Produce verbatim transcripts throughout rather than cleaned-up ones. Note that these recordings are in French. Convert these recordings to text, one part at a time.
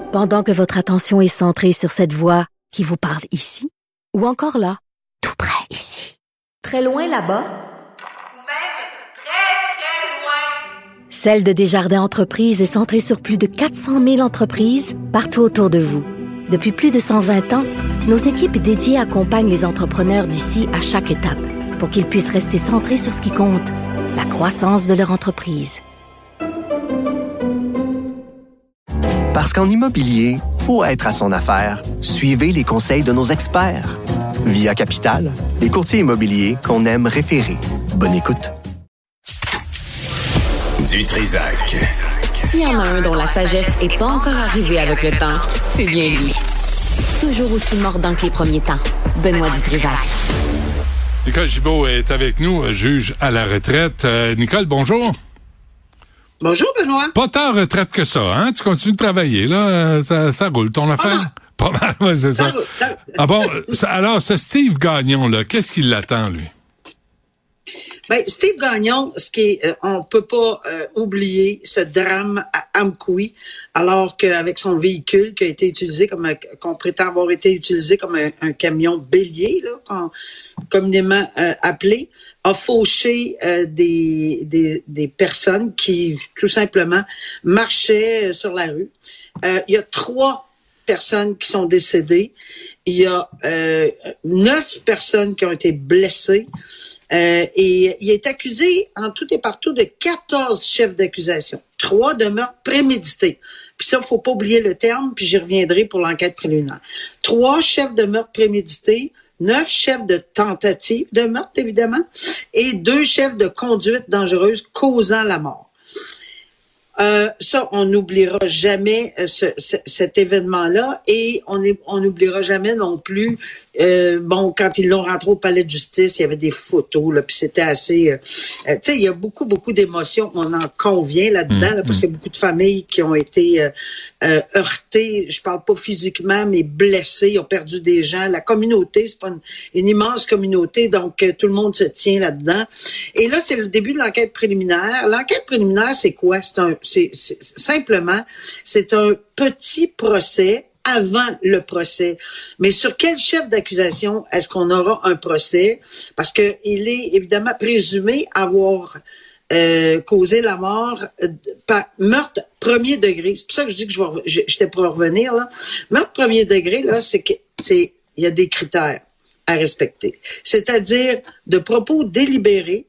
Pendant que votre attention est centrée sur cette voix qui vous parle ici, ou encore là, tout près ici, très loin là-bas, ou même très, très loin. Celle de Desjardins Entreprises est centrée sur plus de quatre cent mille entreprises partout autour de vous. Depuis plus de cent vingt ans, nos équipes dédiées accompagnent les entrepreneurs d'ici à chaque étape pour qu'ils puissent rester centrés sur ce qui compte, la croissance de leur entreprise. Parce qu'en immobilier, pour être à son affaire, suivez les conseils de nos experts. Via Capital, les courtiers immobiliers qu'on aime référer. Bonne écoute. Du Trizac. S'il y en a un dont la sagesse n'est pas encore arrivée avec le temps, c'est bien lui. Toujours aussi mordant que les premiers temps. Benoît Dutrisac. Nicole Gibault est avec nous, juge à la retraite. Euh, Nicole, bonjour. Bonjour, Benoît. Pas tant en retraite que ça, hein? Tu continues de travailler, là. Ça, ça roule, ton affaire? Pas mal, ouais, c'est ça. ça. Roule, ça... Ah bon, alors, ce Steve Gagnon, là, qu'est-ce qui l'attend, lui? Ben, Steve Gagnon, ce qui est, euh, on peut pas euh, oublier ce drame à Amqui, alors qu'avec son véhicule qui a été utilisé comme un, qu'on prétend avoir été utilisé comme un, un camion bélier, là, qu'on, communément euh, appelé, a fauché euh, des, des des personnes qui tout simplement marchaient sur la rue. Euh, il y a trois personnes qui sont décédées. Il y a euh, neuf personnes qui ont été blessées. Euh, et il est accusé en tout et partout de quatorze chefs d'accusation, trois de meurtre prémédité. Puis ça, faut pas oublier le terme, puis j'y reviendrai pour l'enquête préliminaire. Trois chefs de meurtre prémédité, neuf chefs de tentative de meurtre, évidemment, et deux chefs de conduite dangereuse causant la mort. Euh, ça, on n'oubliera jamais ce, ce, cet événement-là et on n'oubliera jamais non plus, euh, bon, quand ils l'ont rentré au palais de justice, il y avait des photos, là, puis c'était assez... Euh, euh, tu sais, il y a beaucoup, beaucoup d'émotions, on en convient là-dedans, là, parce qu'il y a beaucoup de familles qui ont été euh, euh, heurtées, je parle pas physiquement, mais blessées, ils ont perdu des gens. La communauté, c'est pas une, une immense communauté, donc euh, tout le monde se tient là-dedans. Et là, c'est le début de l'enquête préliminaire. L'enquête préliminaire, c'est quoi? C'est un... C'est, c'est, simplement, c'est un petit procès avant le procès. Mais sur quel chef d'accusation est-ce qu'on aura un procès? Parce que il est évidemment présumé avoir euh, causé la mort euh, par meurtre premier degré. C'est pour ça que je dis que je vais, je, j'étais pour revenir là. Meurtre premier degré, là, c'est que c'est il y a des critères à respecter. C'est-à-dire de propos délibérés.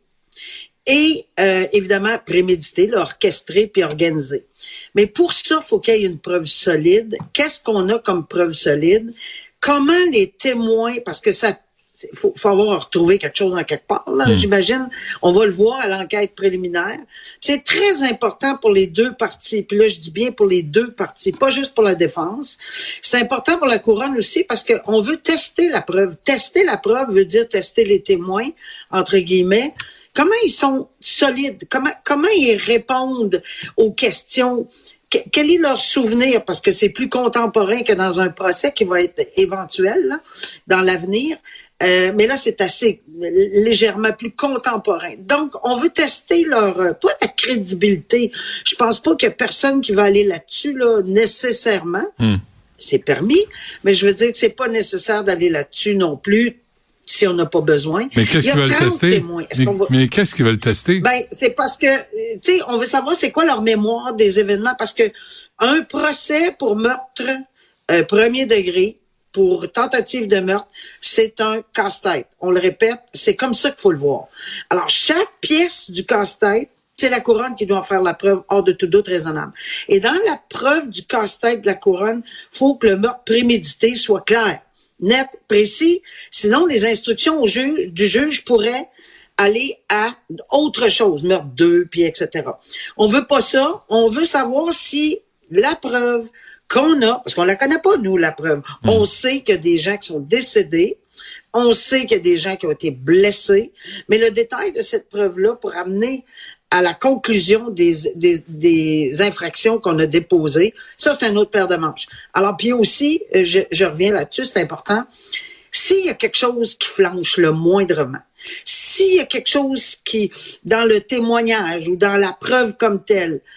Et euh, évidemment, prémédité, là, orchestré puis organisé. Mais pour ça, il faut qu'il y ait une preuve solide. Qu'est-ce qu'on a comme preuve solide? Comment les témoins, parce que ça, il faut, faut avoir retrouvé quelque chose en quelque part, là, mmh. j'imagine, on va le voir à l'enquête préliminaire. C'est très important pour les deux parties. Puis là, je dis bien pour les deux parties, pas juste pour la défense. C'est important pour la couronne aussi parce qu'on veut tester la preuve. Tester la preuve veut dire tester les témoins, entre guillemets. Comment ils sont solides? Comment, comment ils répondent aux questions? Que, quel est leur souvenir? Parce que c'est plus contemporain que dans un procès qui va être éventuel là, dans l'avenir. Euh, mais là, c'est assez légèrement plus contemporain. Donc, on veut tester leur, euh, pas la crédibilité. Je pense pas qu'il y a personne qui va aller là-dessus, là, nécessairement. Mm. C'est permis, mais je veux dire que c'est pas nécessaire d'aller là-dessus non plus. Si on n'a pas besoin. Mais qu'est-ce qu'ils veulent tester? Mais, va... mais qu'est-ce qu'ils veulent tester? Ben, c'est parce que, tu sais, on veut savoir c'est quoi leur mémoire des événements, parce que un procès pour meurtre euh, premier degré, pour tentative de meurtre, c'est un casse-tête. On le répète, c'est comme ça qu'il faut le voir. Alors, chaque pièce du casse-tête, c'est la couronne qui doit en faire la preuve hors de tout doute raisonnable. Et dans la preuve du casse-tête de la couronne, faut que le meurtre prémédité soit clair, net, précis. Sinon, les instructions au juge, du juge pourraient aller à autre chose, meurtre deux, puis et cetera. On veut pas ça. On veut savoir si la preuve qu'on a, parce qu'on la connaît pas, nous, la preuve. Mmh. On sait qu'il y a des gens qui sont décédés. On sait qu'il y a des gens qui ont été blessés. Mais le détail de cette preuve-là pour amener à la conclusion des, des, des infractions qu'on a déposées, ça, c'est un autre paire de manches. Alors, puis aussi, je, je reviens là-dessus, c'est important, s'il y a quelque chose qui flanche le moindrement, s'il y a quelque chose qui, dans le témoignage ou dans la preuve comme telle,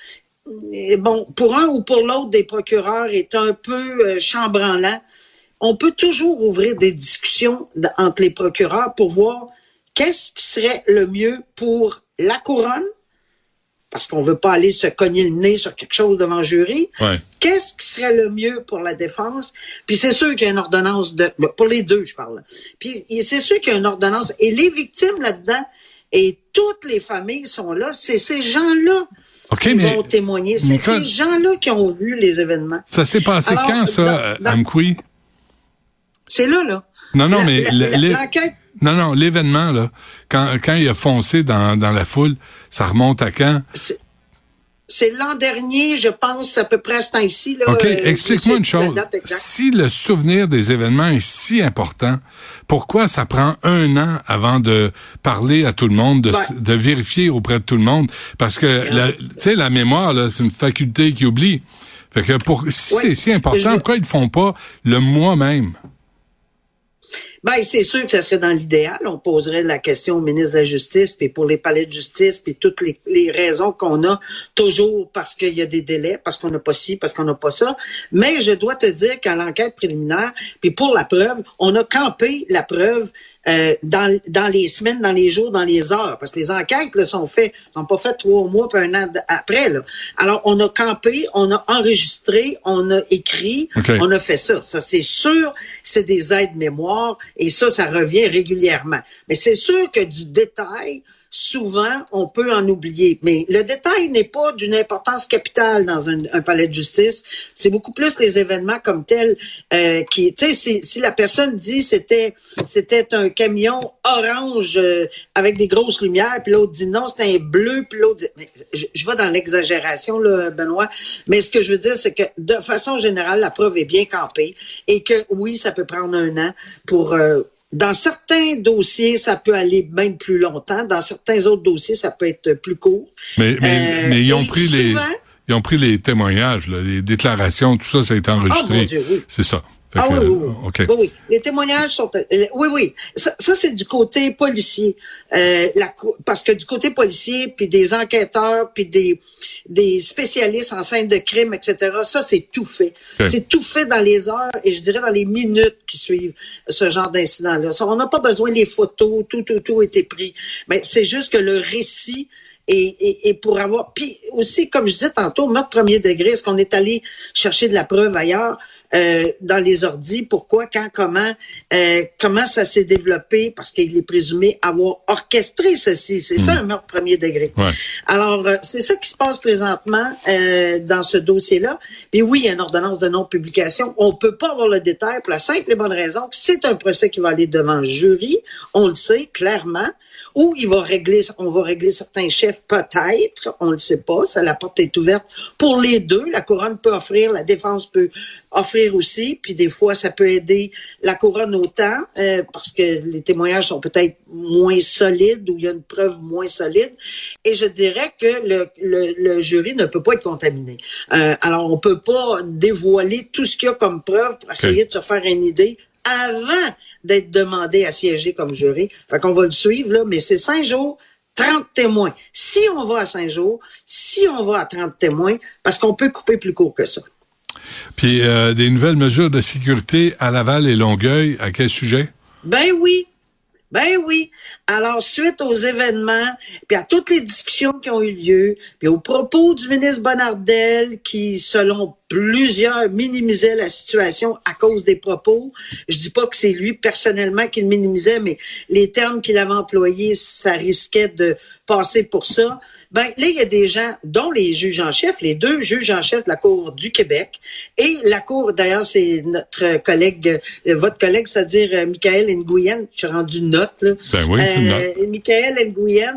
et bon, pour un ou pour l'autre des procureurs est un peu euh, chambranlant. On peut toujours ouvrir des discussions d- entre les procureurs pour voir qu'est-ce qui serait le mieux pour la couronne, parce qu'on veut pas aller se cogner le nez sur quelque chose devant le jury. Ouais. Qu'est-ce qui serait le mieux pour la défense? Puis c'est sûr qu'il y a une ordonnance de... Pour les deux, je parle. Puis c'est sûr qu'il y a une ordonnance. Et les victimes là-dedans, et toutes les familles sont là, c'est ces gens-là okay, qui mais, vont témoigner. C'est Nicole, ces gens-là qui ont vu les événements. Ça s'est passé Alors, quand, ça, dans, dans, Amqui? C'est là, là. Non, non, la, mais... La, la, l'enquête... Non, non, l'événement, là, quand, quand il a foncé dans, dans la foule, ça remonte à quand? C'est, c'est l'an dernier, je pense, à peu près à ce temps-ci. Là, OK, euh, explique-moi une chose. Si le souvenir des événements est si important, pourquoi ça prend un an avant de parler à tout le monde, de, ben, de vérifier auprès de tout le monde? Parce que, tu sais, la mémoire, là, c'est une faculté qui oublie. Fait que pour, si ouais, c'est si important, je... pourquoi ils le font pas le mois même? Ben, c'est sûr que ça serait dans l'idéal. On poserait la question au ministre de la Justice, puis pour les palais de justice, puis toutes les, les raisons qu'on a, toujours parce qu'il y a des délais, parce qu'on n'a pas ci, parce qu'on n'a pas ça. Mais je dois te dire qu'à l'enquête préliminaire, puis pour la preuve, on a campé la preuve euh, dans, dans les semaines, dans les jours, dans les heures. Parce que les enquêtes là, sont faites, sont pas faites trois mois puis un an après. Là. Alors, on a campé, on a enregistré, on a écrit, okay. on a fait ça. Ça, c'est sûr, c'est des aides-mémoires. Et ça, ça revient régulièrement. Mais c'est sûr que du détail, souvent, on peut en oublier. Mais le détail n'est pas d'une importance capitale dans un, un palais de justice. C'est beaucoup plus les événements comme tels euh, qui, tu sais, si, si la personne dit c'était c'était un camion orange euh, avec des grosses lumières, puis l'autre dit non, c'est un bleu, puis l'autre dit... Je, je vais dans l'exagération, là, Benoît, mais ce que je veux dire, c'est que de façon générale, la preuve est bien campée et que, oui, ça peut prendre un an pour... Euh, Dans certains dossiers, ça peut aller même plus longtemps. Dans certains autres dossiers, ça peut être plus court. Mais, mais, euh, mais ils ont pris souvent, les, ils ont pris les témoignages, là, les déclarations, tout ça, ça a été enregistré. Oh mon Dieu, oui. C'est ça. Fait ah que, oui, oui, oui. Okay. oui, oui. Les témoignages sont... Oui, oui. Ça, ça c'est du côté policier. Euh, la, parce que du côté policier, puis des enquêteurs, puis des, des spécialistes en scène de crime, et cetera, ça, c'est tout fait. Okay. C'est tout fait dans les heures et je dirais dans les minutes qui suivent ce genre d'incident-là. Ça, on n'a pas besoin des photos, tout, tout, tout a été pris. Mais c'est juste que le récit... Et, et, et pour avoir... Puis aussi, comme je disais tantôt, meurtre premier degré, est-ce qu'on est allé chercher de la preuve ailleurs euh, dans les ordis? Pourquoi, quand, comment? Euh, comment ça s'est développé? Parce qu'il est présumé avoir orchestré ceci. C'est mmh. ça, un meurtre premier degré. Ouais. Alors, euh, c'est ça qui se passe présentement euh, dans ce dossier-là. Puis oui, il y a une ordonnance de non-publication. On peut pas avoir le détail pour la simple et bonne raison que c'est un procès qui va aller devant le jury. On le sait, clairement. Ou il va régler, on va régler certains chefs, peut-être, on le sait pas, ça, la porte est ouverte pour les deux. La couronne peut offrir, la défense peut offrir aussi, puis des fois, ça peut aider la couronne autant, euh, parce que les témoignages sont peut-être moins solides ou il y a une preuve moins solide. Et je dirais que le, le, le jury ne peut pas être contaminé. Euh, alors, on peut pas dévoiler tout ce qu'il y a comme preuve pour essayer okay. de se faire une idée avant d'être demandé à siéger comme jury. Fait qu'on va le suivre, là, mais c'est cinq jours, trente témoins. Si on va à cinq jours, si on va à trente témoins, parce qu'on peut couper plus court que ça. Puis, euh, des nouvelles mesures de sécurité à Laval et Longueuil, à quel sujet? Ben oui. Ben oui. Alors, suite aux événements, puis à toutes les discussions qui ont eu lieu, puis aux propos du ministre Bonnardel qui, selon plusieurs, minimisait la situation à cause des propos. Je dis pas que c'est lui personnellement qui le minimisait, mais les termes qu'il avait employés, ça risquait de passer pour ça. Ben là, il y a des gens, dont les juges en chef, les deux juges en chef de la Cour du Québec, et la Cour, d'ailleurs, c'est notre collègue, votre collègue, c'est-à-dire euh, Michaël Nguyen, je suis rendu note, là. Ben oui, c'est une note. Euh, Michaël Nguyen,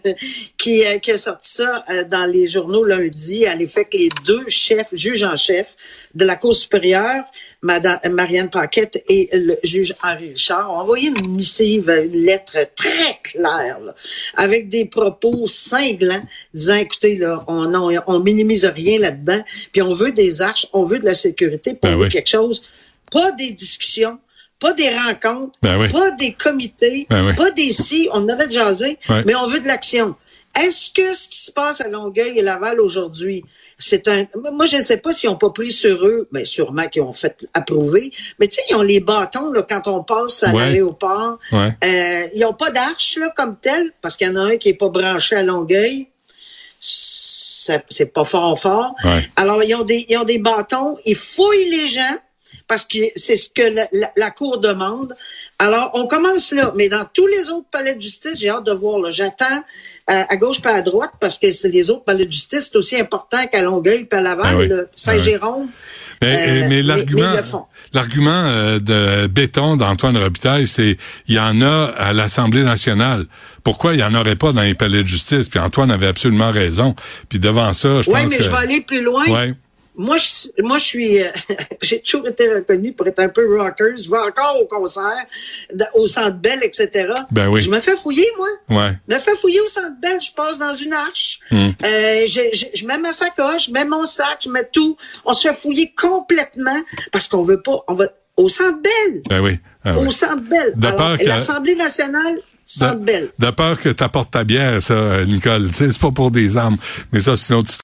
qui, euh, qui a sorti ça euh, dans les journaux lundi, à l'effet que les deux chefs, juges en chef de la Cour supérieure, Madame Marianne Paquette et le juge Henri Richard, ont envoyé une missive, une lettre très claire, là, avec des propos cinglants, disant, écoutez, là, on, non, on minimise rien là-dedans, puis on veut des arches, on veut de la sécurité, puis on ben veut oui. quelque chose, pas des discussions, pas des rencontres, ben oui. pas des comités, ben oui. pas des si, on en avait jasé, ouais. mais on veut de l'action. Est-ce que ce qui se passe à Longueuil et Laval aujourd'hui, c'est un... Moi, je ne sais pas s'ils n'ont pas pris sur eux, mais sûrement qu'ils ont fait approuver, mais tu sais, ils ont les bâtons là, quand on passe à ouais. l'aéroport. Ouais. Euh, ils n'ont pas d'arche là, comme tel, parce qu'il y en a un qui n'est pas branché à Longueuil. C'est, c'est pas fort fort. Ouais. Alors, ils ont des, ils ont des bâtons, ils fouillent les gens, parce que c'est ce que la, la, la Cour demande. Alors, on commence là, mais dans tous les autres palais de justice, j'ai hâte de voir. Là. J'attends euh, à gauche pas à droite, parce que c'est les autres palais de justice, c'est aussi important qu'à Longueuil puis à Laval, ah oui. là, Saint-Jérôme. Ah oui. Mais, euh, mais l'argument, mais, mais l'argument euh, de béton d'Antoine Robitaille, c'est il y en a à l'Assemblée nationale. Pourquoi il n'y en aurait pas dans les palais de justice? Puis Antoine avait absolument raison. Puis devant ça, je ouais, pense que... Oui, mais je vais aller plus loin. Ouais. Moi, je, moi, je suis, euh, j'ai toujours été reconnu pour être un peu rocker. Je vais encore au concert, de, au Centre Bell, et cetera. Ben oui. Je me fais fouiller, moi. Ouais. Je me fais fouiller au Centre Bell. Je passe dans une arche. Mm. Euh, je, je, je mets ma sacoche, je mets mon sac, je mets tout. On se fait fouiller complètement parce qu'on veut pas. On va au Centre Bell. Ben oui. Ah, au oui. Centre Bell. De Alors, que... l'Assemblée nationale. Centre Bell. De peur que t'apportes ta bière, ça, Nicole. Tu sais, c'est pas pour des armes. Mais ça, c'est une autre histoire.